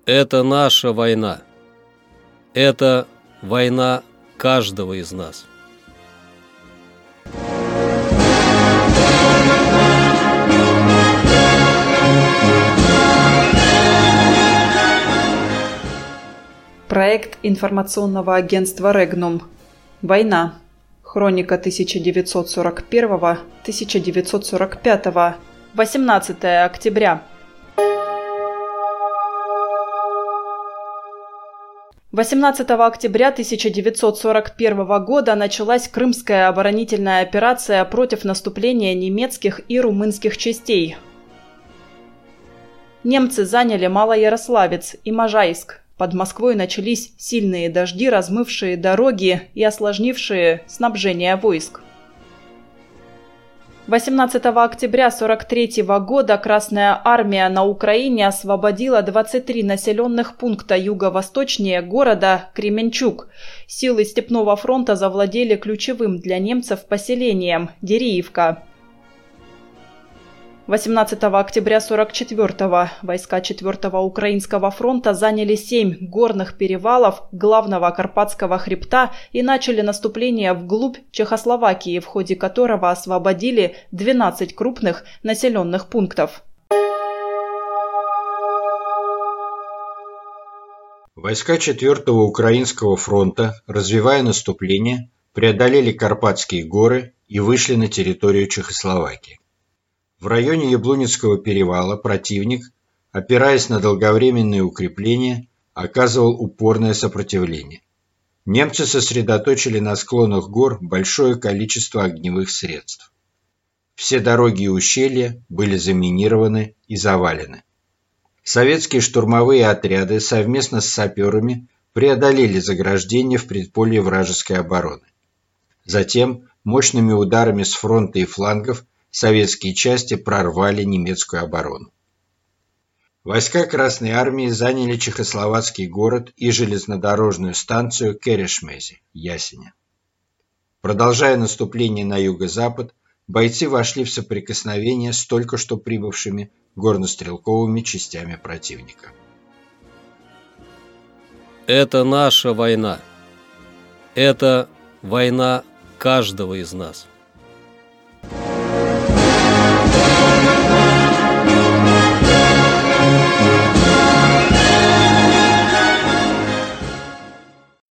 Это наша война. Это война каждого из нас. Проект информационного агентства «Регнум». Война. Хроника 1941-1945. 18 октября. 18 октября 1941 года началась Крымская оборонительная операция против наступления немецких и румынских частей. Немцы заняли Малоярославец и Можайск. Под Москвой начались сильные дожди, размывшие дороги и осложнившие снабжение войск. 18 октября 1943 года Красная армия на Украине освободила 23 населенных пункта юго-восточнее города Кременчуг. Силы Степного фронта завладели ключевым для немцев поселением Дериевка. 18 октября 1944 войска 4-го Украинского фронта заняли 7 горных перевалов главного Карпатского хребта и начали наступление вглубь Чехословакии, в ходе которого освободили 12 крупных населенных пунктов. Войска 4-го Украинского фронта, развивая наступление, преодолели Карпатские горы и вышли на территорию Чехословакии. В районе Яблунецкого перевала противник, опираясь на долговременные укрепления, оказывал упорное сопротивление. Немцы сосредоточили на склонах гор большое количество огневых средств. Все дороги и ущелья были заминированы и завалены. Советские штурмовые отряды совместно с саперами преодолели заграждение в предполье вражеской обороны. Затем мощными ударами с фронта и флангов советские части прорвали немецкую оборону. Войска Красной армии заняли чехословацкий город и железнодорожную станцию Керешмези, Ясеня. Продолжая наступление на юго-запад, бойцы вошли в соприкосновение с только что прибывшими горнострелковыми частями противника. Это наша война. Это война каждого из нас.